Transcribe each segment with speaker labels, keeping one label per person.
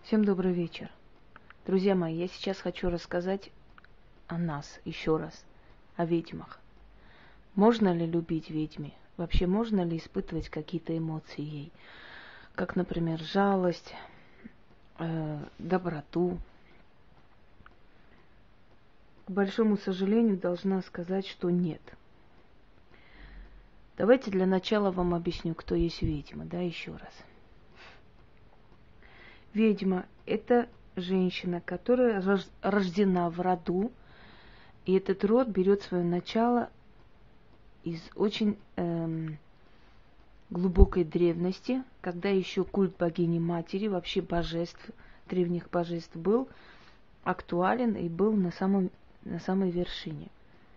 Speaker 1: Всем добрый вечер. Друзья мои, я сейчас хочу рассказать о нас еще раз, о ведьмах. Можно ли любить ведьме? Вообще можно ли испытывать какие-то эмоции ей? Как, например, жалость, доброту. К большому сожалению, должна сказать, что нет. Давайте для начала вам объясню, кто есть ведьма, еще раз. Ведьма – это женщина, которая рождена в роду, и этот род берет свое начало из очень глубокой древности, когда еще культ богини матери, вообще божеств, древних божеств был актуален и был на самой вершине.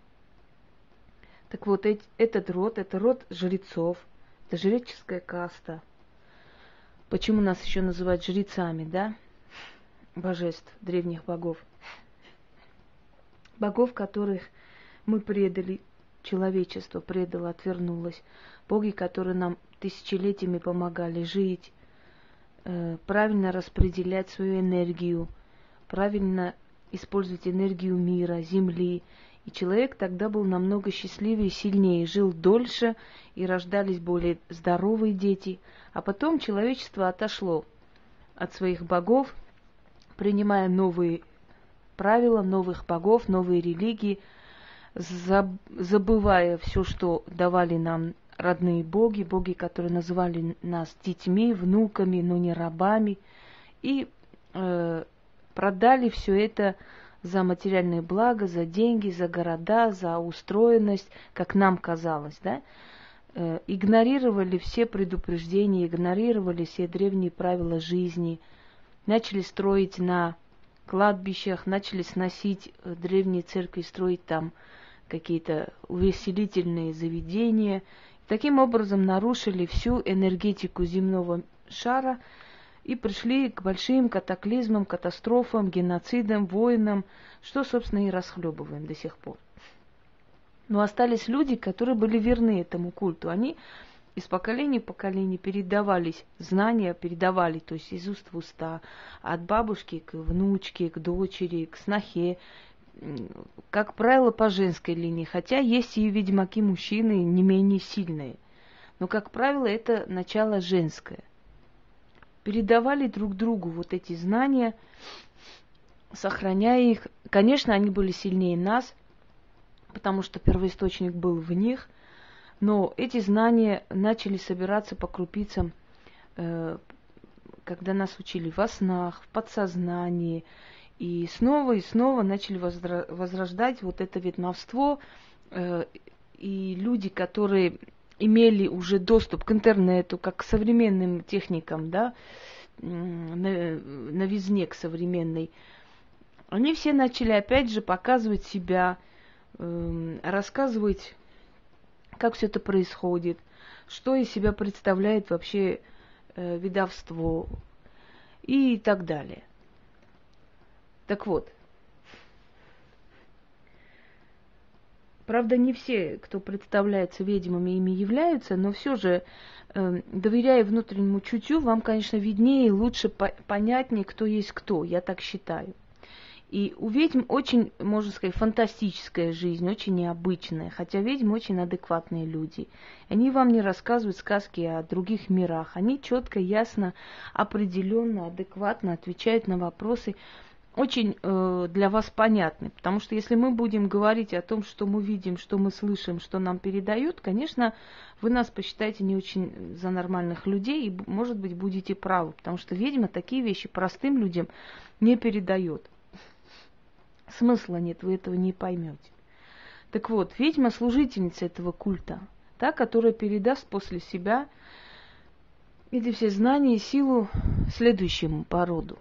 Speaker 1: Так вот, этот род, это род жрецов, это жреческая каста. Почему нас еще называют жрецами, божеств, древних богов? Богов, которых мы предали, человечество предало, отвернулось. Боги, которые нам тысячелетиями помогали жить, правильно распределять свою энергию, правильно использовать энергию мира, земли. И человек тогда был намного счастливее, сильнее, жил дольше, и рождались более здоровые дети. А потом человечество отошло от своих богов, принимая новые правила, новых богов, новые религии, забывая все, что давали нам родные боги, боги, которые называли нас детьми, внуками, но не рабами, и продали все это за материальные блага, за деньги, за города, за устроенность, как нам казалось, игнорировали все предупреждения, игнорировали все древние правила жизни, начали строить на кладбищах, начали сносить древние церкви, строить там какие-то увеселительные заведения. Таким образом нарушили всю энергетику земного шара и пришли к большим катаклизмам, катастрофам, геноцидам, войнам, что, собственно, и расхлебываем до сих пор. Но остались люди, которые были верны этому культу. Они из поколения в поколение передавались, знания передавали, то есть из уст в уста, от бабушки к внучке, к дочери, к снохе, как правило, по женской линии, хотя есть и ведьмаки мужчины не менее сильные. Но, как правило, это начало женское. Передавали друг другу вот эти знания, сохраняя их. Конечно, они были сильнее нас, потому что первоисточник был в них, но эти знания начали собираться по крупицам, когда нас учили во снах, в подсознании, и снова начали возрождать вот это ведьмовство, и люди, которые имели уже доступ к интернету, как к современным техникам, новизне к современной, они все начали опять же показывать себя, рассказывать, как все это происходит, что из себя представляет вообще ведовство и так далее. Так вот, правда, не все, кто представляется ведьмами, ими являются, но все же, доверяя внутреннему чутью, вам, конечно, виднее и лучше, понятнее, кто есть кто, я так считаю. И у ведьм очень, можно сказать, фантастическая жизнь, очень необычная, хотя ведьмы очень адекватные люди. Они вам не рассказывают сказки о других мирах, они четко, ясно, определенно, адекватно отвечают на вопросы, очень для вас понятны, потому что если мы будем говорить о том, что мы видим, что мы слышим, что нам передают, конечно, вы нас посчитаете не очень за нормальных людей и, может быть, будете правы, потому что ведьма такие вещи простым людям не передает. Смысла нет, вы этого не поймете. Так вот, ведьма служительница этого культа, та, которая передаст после себя эти все знания и силу следующему по роду.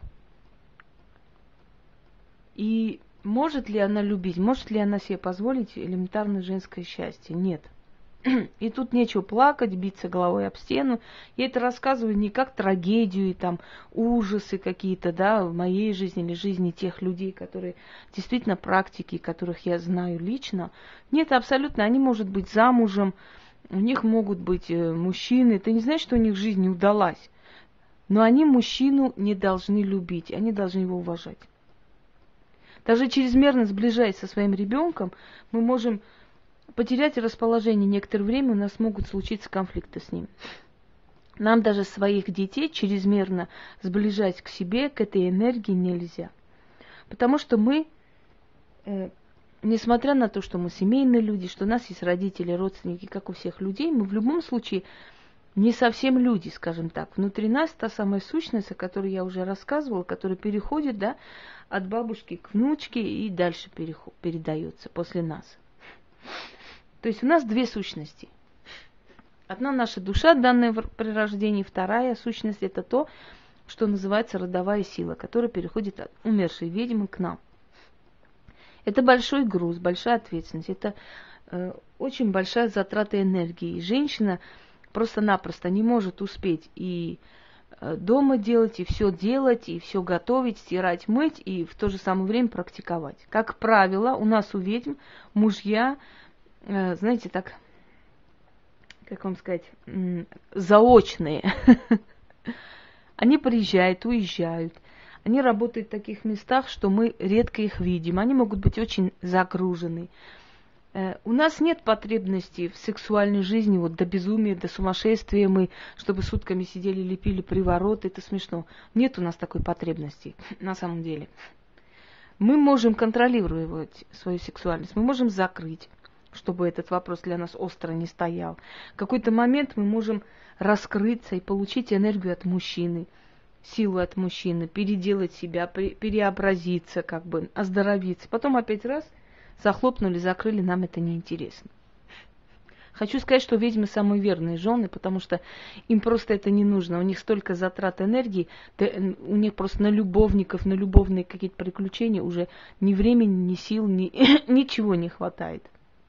Speaker 1: И может ли она любить, может ли она себе позволить элементарное женское счастье? Нет. И тут нечего плакать, биться головой об стену. Я это рассказываю не как трагедию и там ужасы какие-то, в моей жизни или жизни тех людей, которые действительно практики, которых я знаю лично. Нет, абсолютно, они могут быть замужем, у них могут быть мужчины. Ты не знаешь, что у них жизнь не удалась. Но они мужчину не должны любить, они должны его уважать. Даже чрезмерно сближаясь со своим ребенком, мы можем потерять расположение некоторое время, у нас могут случиться конфликты с ним. Нам даже своих детей чрезмерно сближать к себе, к этой энергии нельзя. Потому что мы, несмотря на то, что мы семейные люди, что у нас есть родители, родственники, как у всех людей, мы в любом случае не совсем люди, скажем так. Внутри нас та самая сущность, о которой я уже рассказывала, которая переходит, да, от бабушки к внучке и дальше передается после нас. То есть у нас две сущности. Одна наша душа, данная при рождении, вторая сущность – это то, что называется родовая сила, которая переходит от умершей ведьмы к нам. Это большой груз, большая ответственность, это очень большая затрата энергии. И женщина просто-напросто не может успеть и дома делать, и все готовить, стирать, мыть, и в то же самое время практиковать. Как правило, у нас у ведьм мужья, знаете, так, как вам сказать, заочные. Они приезжают, уезжают. Они работают в таких местах, что мы редко их видим. Они могут быть очень загружены. У нас нет потребности в сексуальной жизни, вот до безумия, до сумасшествия мы, чтобы сутками сидели, лепили привороты, это смешно. Нет у нас такой потребности, на самом деле. Мы можем контролировать свою сексуальность, мы можем закрыть, чтобы этот вопрос для нас остро не стоял. В какой-то момент мы можем раскрыться и получить энергию от мужчины, силу от мужчины, переделать себя, переобразиться, как бы оздоровиться. Потом опять раз захлопнули, закрыли, нам это неинтересно. Хочу сказать, что ведьмы самые верные жены, потому что им просто это не нужно. У них столько затрат энергии, у них просто на любовников, на любовные какие-то приключения уже ни времени, ни сил, ничего не хватает.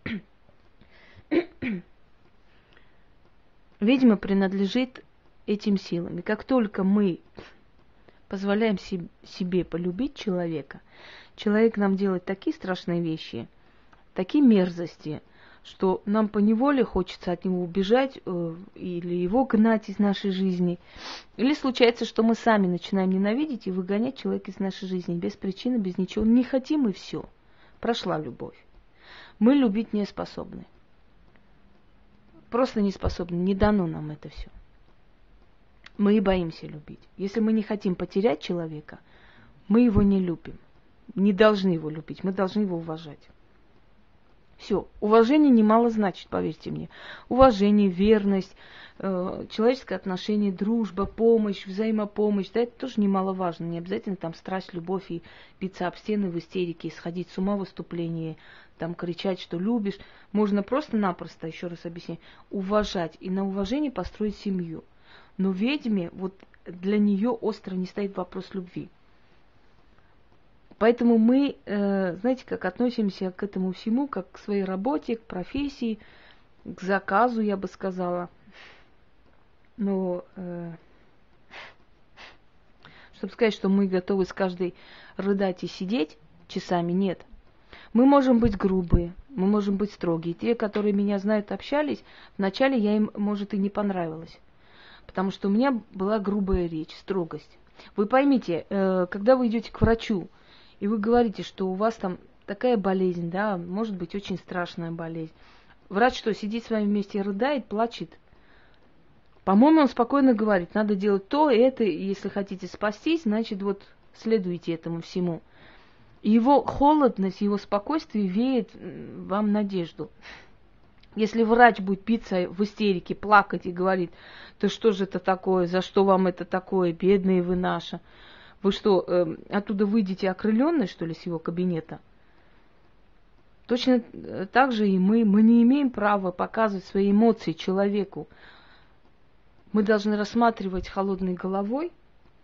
Speaker 1: Ведьма принадлежит этим силам. И как только мы позволяем себе полюбить человека, человек нам делает такие страшные вещи, такие мерзости, что нам поневоле хочется от него убежать или его гнать из нашей жизни. Или случается, что мы сами начинаем ненавидеть и выгонять человека из нашей жизни без причины, без ничего. Не хотим и все. Прошла любовь. Мы любить не способны. Просто не способны. Не дано нам это все. Мы и боимся любить. Если мы не хотим потерять человека, мы его не любим. Не должны его любить, мы должны его уважать. Все. Уважение немало значит, поверьте мне. Уважение, верность, человеческое отношение, дружба, помощь, взаимопомощь. Да, это тоже немаловажно. Не обязательно там страсть, любовь и биться об стены в истерике, сходить с ума в выступлении, там кричать, что любишь. Можно просто-напросто, еще раз объяснить, уважать и на уважение построить семью. Но ведьме, вот для нее остро не стоит вопрос любви. Поэтому мы, знаете, как относимся к этому всему, как к своей работе, к профессии, к заказу, я бы сказала. Но, чтобы сказать, что мы готовы с каждой рыдать и сидеть часами, нет. Мы можем быть грубые, мы можем быть строгие. Те, которые меня знают, общались, вначале я им, может, и не понравилась. Потому что у меня была грубая речь, строгость. Вы поймите, когда вы идете к врачу, и вы говорите, что у вас там такая болезнь, да, может быть очень страшная болезнь. Врач что, сидит с вами вместе и рыдает, плачет? По-моему, он спокойно говорит, надо делать то, это, и если хотите спастись, значит, вот следуйте этому всему. И его холодность, его спокойствие веет вам надежду. Если врач будет биться в истерике, плакать и говорит, да что же это такое, за что вам это такое, бедные вы наши. Вы что, оттуда выйдете окрыленные, что ли, с его кабинета? Точно так же и мы. Мы не имеем права показывать свои эмоции человеку. Мы должны рассматривать холодной головой,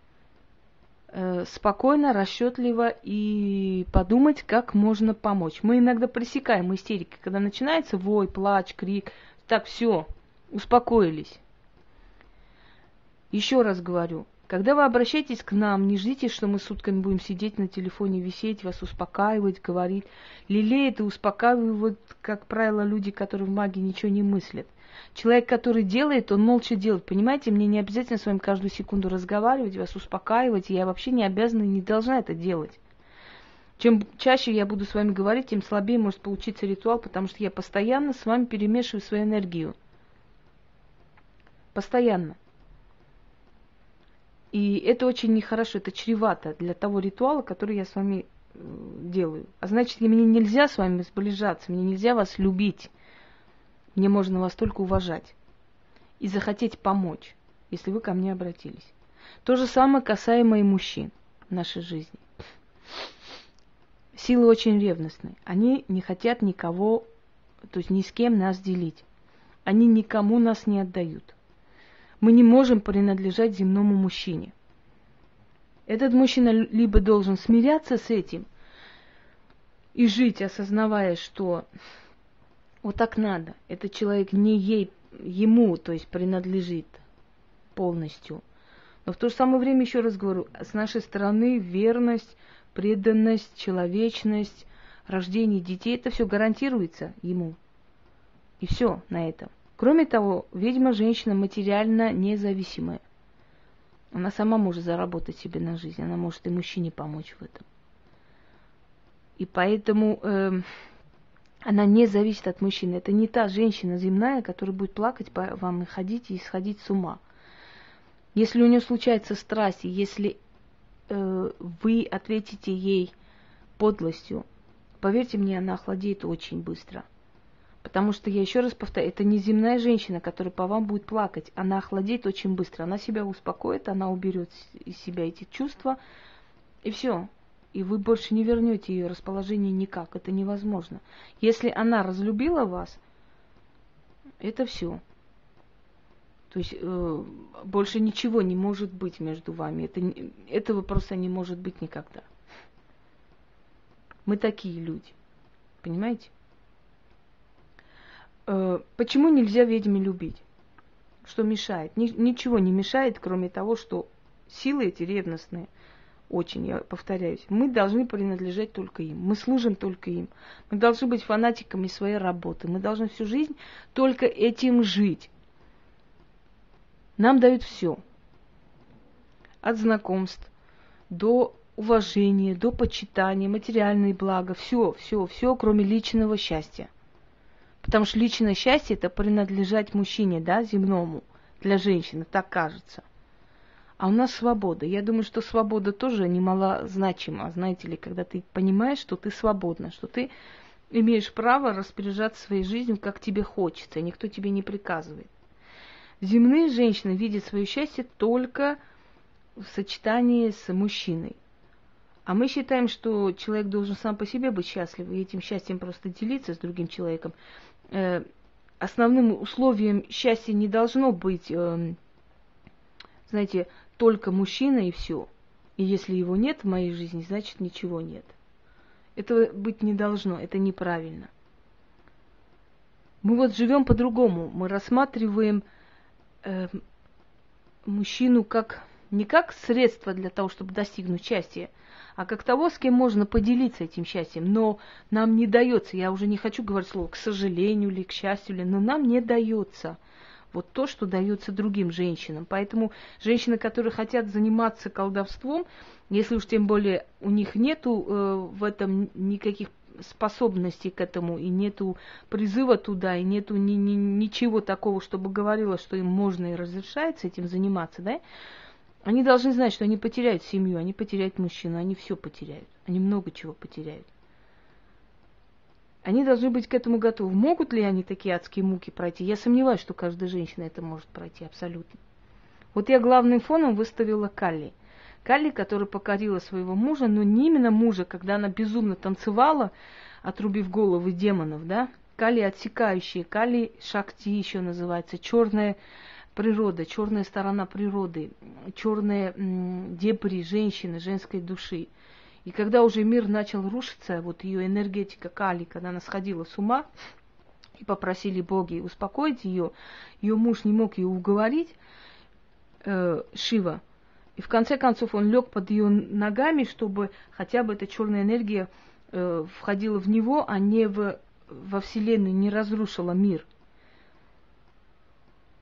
Speaker 1: спокойно, расчетливо и подумать, как можно помочь. Мы иногда пресекаем истерики, когда начинается вой, плач, крик. Так, все, успокоились. Еще раз говорю. Когда вы обращаетесь к нам, не ждите, что мы сутками будем сидеть на телефоне, висеть, вас успокаивать, говорить. Лелеют и успокаивают, как правило, люди, которые в магии ничего не мыслят. Человек, который делает, он молча делает. Понимаете, мне не обязательно с вами каждую секунду разговаривать, вас успокаивать. Я вообще не обязана и не должна это делать. Чем чаще я буду с вами говорить, тем слабее может получиться ритуал, потому что я постоянно с вами перемешиваю свою энергию. Постоянно. И это очень нехорошо, это чревато для того ритуала, который я с вами делаю. А значит, мне нельзя с вами сближаться, мне нельзя вас любить. Мне можно вас только уважать и захотеть помочь, если вы ко мне обратились. То же самое касаемо и мужчин в нашей жизни. Силы очень ревностные. Они не хотят никого, то есть ни с кем нас делить. Они никому нас не отдают. Мы не можем принадлежать земному мужчине. Этот мужчина либо должен смиряться с этим и жить, осознавая, что вот так надо. Этот человек не ему, то есть принадлежит полностью. Но в то же самое время, еще раз говорю, с нашей стороны верность, преданность, человечность, рождение детей, это все гарантируется ему. И все на этом. Кроме того, ведьма женщина материально независимая. Она сама может заработать себе на жизнь, она может и мужчине помочь в этом. И поэтому она не зависит от мужчины. Это не та женщина земная, которая будет плакать по вам и ходить и сходить с ума. Если у нее случается страсть, если вы ответите ей подлостью, поверьте мне, она охладеет очень быстро. Потому что, я еще раз повторяю, это не земная женщина, которая по вам будет плакать. Она охладеет очень быстро. Она себя успокоит, она уберет из себя эти чувства, и все. И вы больше не вернете ее расположение никак. Это невозможно. Если она разлюбила вас, это все. То есть больше ничего не может быть между вами. Этого просто не может быть никогда. Мы такие люди. Понимаете? Почему нельзя ведьме любить? Что мешает? Ничего не мешает, кроме того, что силы эти ревностные, очень, я повторяюсь, мы должны принадлежать только им. Мы служим только им. Мы должны быть фанатиками своей работы. Мы должны всю жизнь только этим жить. Нам дают все. От знакомств до уважения, до почитания, материальные блага. Все, кроме личного счастья. Потому что личное счастье – это принадлежать мужчине, да, земному, для женщины, так кажется. А у нас свобода. Я думаю, что свобода тоже немалозначима, знаете ли, когда ты понимаешь, что ты свободна, что ты имеешь право распоряжаться своей жизнью, как тебе хочется, и никто тебе не приказывает. Земные женщины видят свое счастье только в сочетании с мужчиной. А мы считаем, что человек должен сам по себе быть счастлив, и этим счастьем просто делиться с другим человеком. Основным условием счастья не должно быть, знаете, только мужчина и все. И если его нет в моей жизни, значит ничего нет. Этого быть не должно, это неправильно. Мы вот живем по-другому. Мы рассматриваем мужчину не как средство для того, чтобы достигнуть счастья, а как того, с кем можно поделиться этим счастьем. Но нам не дается, я уже не хочу говорить слово к сожалению или к счастью, но нам не дается вот то, что дается другим женщинам. Поэтому женщины, которые хотят заниматься колдовством, если уж тем более у них нету в этом никаких способностей к этому, и нету призыва туда, и нету ничего такого, чтобы говорило, что им можно и разрешается этим заниматься, да, они должны знать, что они потеряют семью, они потеряют мужчину, они все потеряют. Они много чего потеряют. Они должны быть к этому готовы. Могут ли они такие адские муки пройти? Я сомневаюсь, что каждая женщина это может пройти абсолютно. Вот я главным фоном выставила Калли. Калли, которая покорила своего мужа, но не именно мужа, когда она безумно танцевала, отрубив головы демонов, да? Калли отсекающая, Калли Шакти еще называется, черная природа, черная сторона природы, черные дебри женщины, женской души. И когда уже мир начал рушиться, вот ее энергетика Кали, когда она сходила с ума, и попросили боги успокоить ее, ее муж не мог ее уговорить, Шива. И в конце концов он лег под ее ногами, чтобы хотя бы эта черная энергия входила в него, а не во Вселенную, не разрушила мир.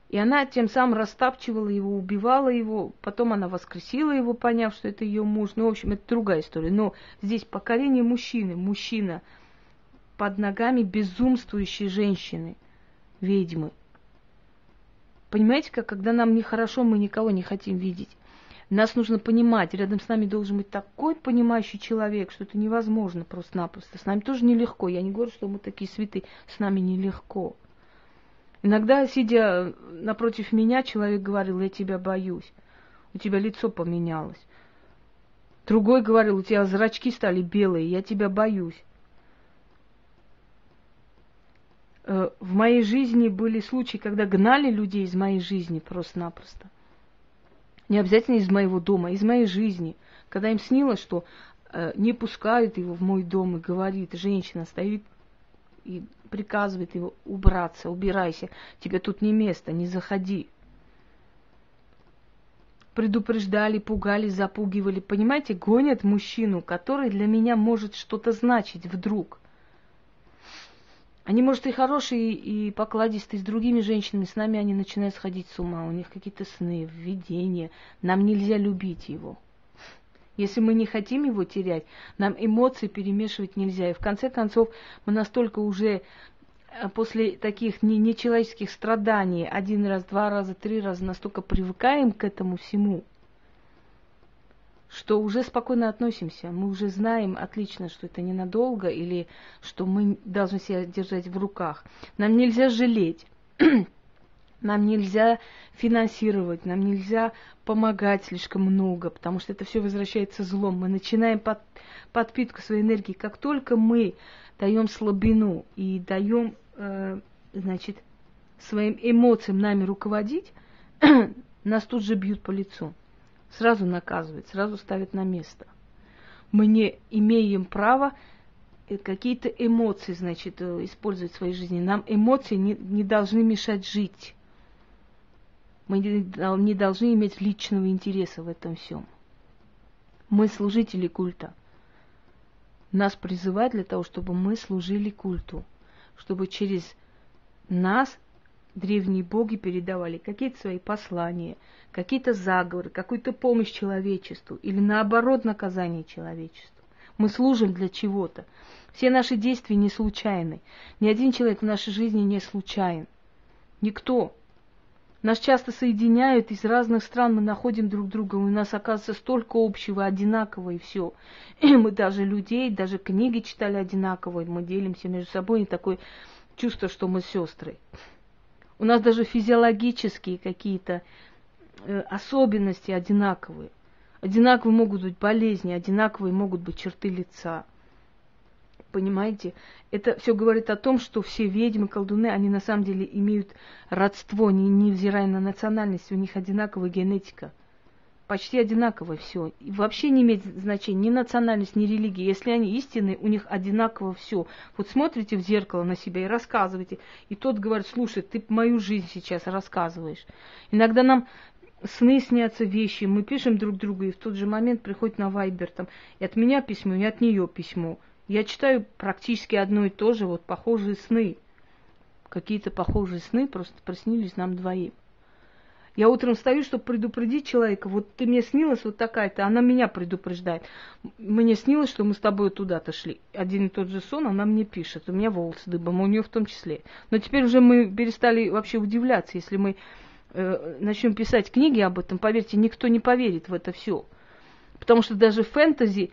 Speaker 1: И она тем самым растапчивала его, убивала его, потом она воскресила его, поняв, что это ее муж. Ну, в общем, это другая история. Но здесь покорение мужчины. Мужчина под ногами безумствующей женщины, ведьмы. Понимаете, как когда нам нехорошо, мы никого не хотим видеть. Нас нужно понимать, рядом с нами должен быть такой понимающий человек, что это невозможно просто-напросто. С нами тоже нелегко. Я не говорю, что мы такие святые, с нами нелегко. Иногда, сидя напротив меня, человек говорил: я тебя боюсь, у тебя лицо поменялось. Другой говорил: у тебя зрачки стали белые, я тебя боюсь. В моей жизни были случаи, когда гнали людей из моей жизни просто-напросто. Не обязательно из моего дома, из моей жизни. Когда им снилось, что не пускают его в мой дом, и говорит, женщина стоит и приказывает его убраться, убирайся, тебе тут не место, не заходи. Предупреждали, пугали, запугивали. Понимаете, гонят мужчину, который для меня может что-то значить вдруг. Они, может, и хорошие, и покладистые с другими женщинами, с нами они начинают сходить с ума. У них какие-то сны, видения. Нам нельзя любить его. Если мы не хотим его терять, нам эмоции перемешивать нельзя. И в конце концов мы настолько уже после таких нечеловеческих страданий 1 раз, 2 раза, 3 раза настолько привыкаем к этому всему, что уже спокойно относимся. Мы уже знаем отлично, что это ненадолго или что мы должны себя держать в руках. Нам нельзя жалеть. Нам нельзя финансировать, нам нельзя помогать слишком много, потому что это все возвращается злом. Мы начинаем подпитку своей энергии. Как только мы даем слабину и даем, значит, своим эмоциям нами руководить, нас тут же бьют по лицу. Сразу наказывают, сразу ставят на место. Мы не имеем права какие-то эмоции, значит, использовать в своей жизни. Нам эмоции не должны мешать жить. Мы не должны иметь личного интереса в этом всем. Мы служители культа. Нас призывают для того, чтобы мы служили культу, чтобы через нас древние боги передавали какие-то свои послания, какие-то заговоры, какую-то помощь человечеству или наоборот наказание человечеству. Мы служим для чего-то. Все наши действия не случайны. Ни один человек в нашей жизни не случайен. Никто. Нас часто соединяют, из разных стран мы находим друг друга, у нас оказывается столько общего, одинакового и все. И мы даже людей, даже книги читали одинаковые, мы делимся между собой, и такое чувство, что мы сестры. У нас даже физиологические какие-то особенности одинаковые. Одинаковые могут быть болезни, одинаковые могут быть черты лица. Понимаете? Это все говорит о том, что все ведьмы, колдуны, они на самом деле имеют родство, невзирая на национальность, у них одинаковая генетика. Почти одинаково все. И вообще не имеет значения ни национальность, ни религия. Если они истинные, у них одинаково все. Вот смотрите в зеркало на себя и рассказывайте. И тот говорит: слушай, ты мою жизнь сейчас рассказываешь. Иногда нам сны снятся, вещи, мы пишем друг другу, и в тот же момент приходит на Вайбер там и от меня письмо, и от нее письмо. Я читаю практически одно и то же, вот похожие сны. Какие-то похожие сны просто приснились нам двоим. Я утром встаю, чтобы предупредить человека: вот ты мне снилась вот такая-то, она меня предупреждает. Мне снилось, что мы с тобой туда-то шли. Один и тот же сон, она мне пишет. У меня волосы дыбом, у нее в том числе. Но теперь уже мы перестали вообще удивляться. Если мы начнем писать книги об этом, поверьте, никто не поверит в это все. Потому что даже фэнтези,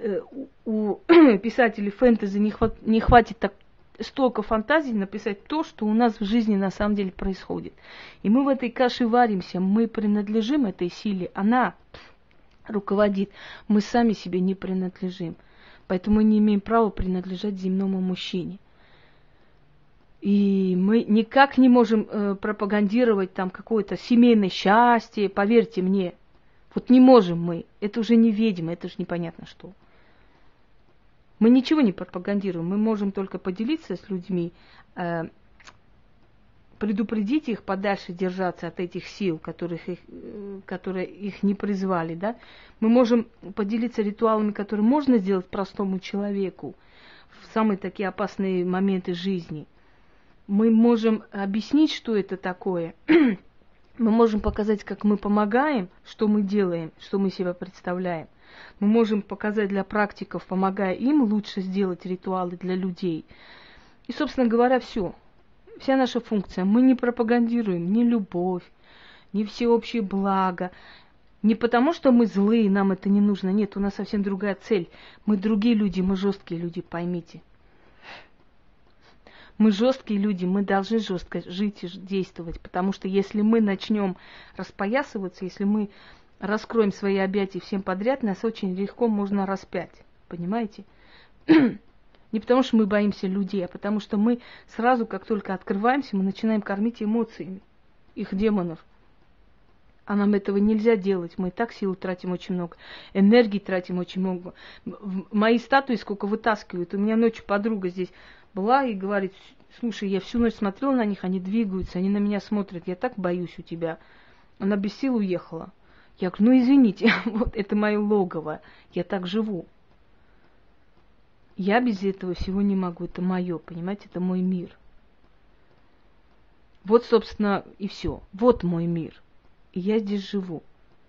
Speaker 1: у писателей фэнтези не хватит столько фантазий написать то, что у нас в жизни на самом деле происходит. И мы в этой каше варимся, мы принадлежим этой силе, она руководит, мы сами себе не принадлежим. Поэтому мы не имеем права принадлежать земному мужчине. И мы никак не можем пропагандировать там какое-то семейное счастье, поверьте мне. Вот не можем мы. Это уже не ведьмы, это же непонятно что. Мы ничего не пропагандируем. Мы можем только поделиться с людьми, предупредить их подальше держаться от этих сил, которые их не призвали. Да? Мы можем поделиться ритуалами, которые можно сделать простому человеку в самые такие опасные моменты жизни. Мы можем объяснить, что это такое. Мы можем показать, как мы помогаем, что мы делаем, что мы себя представляем. Мы можем показать для практиков, помогая им лучше сделать ритуалы для людей. И, собственно говоря, все. Вся наша функция. Мы не пропагандируем ни любовь, ни всеобщее благо. Не потому, что мы злые, нам это не нужно. Нет, у нас совсем другая цель. Мы другие люди, мы жесткие люди, поймите. Мы жесткие люди, мы должны жестко жить и действовать. Потому что если мы начнем распоясываться, если мы раскроем свои объятия всем подряд, нас очень легко можно распять. Понимаете? Не потому, что мы боимся людей, а потому что мы сразу, как только открываемся, мы начинаем кормить эмоциями их демонов. А нам этого нельзя делать. Мы и так силы тратим очень много, энергии тратим очень много. Мои статуи сколько вытаскивают. У меня ночью подруга здесь была и говорит: слушай, я всю ночь смотрела на них, они двигаются, они на меня смотрят, я так боюсь у тебя. Она без сил уехала. Я говорю: ну извините, вот это мое логово, я так живу. Я без этого всего не могу, это мое, понимаете, это мой мир. Вот, собственно, и все. Вот мой мир. И я здесь живу.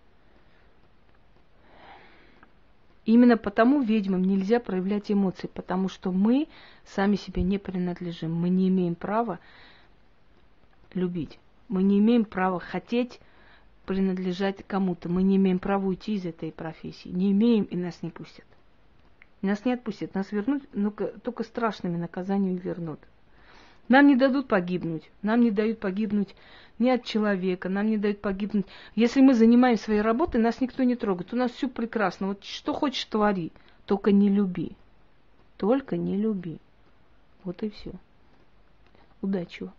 Speaker 1: Именно потому ведьмам нельзя проявлять эмоции, потому что мы сами себе не принадлежим. Мы не имеем права любить. Мы не имеем права хотеть принадлежать кому-то. Мы не имеем права уйти из этой профессии. Не имеем, и нас не пустят. Нас не отпустят, нас вернут, но только страшными наказаниями вернут. Нам не дадут погибнуть, нам не дают погибнуть ни от человека, нам не дают погибнуть. Если мы занимаемся своей работой, нас никто не трогает, у нас все прекрасно. Вот что хочешь, твори, только не люби. Только не люби. Вот и все. Удачи вам.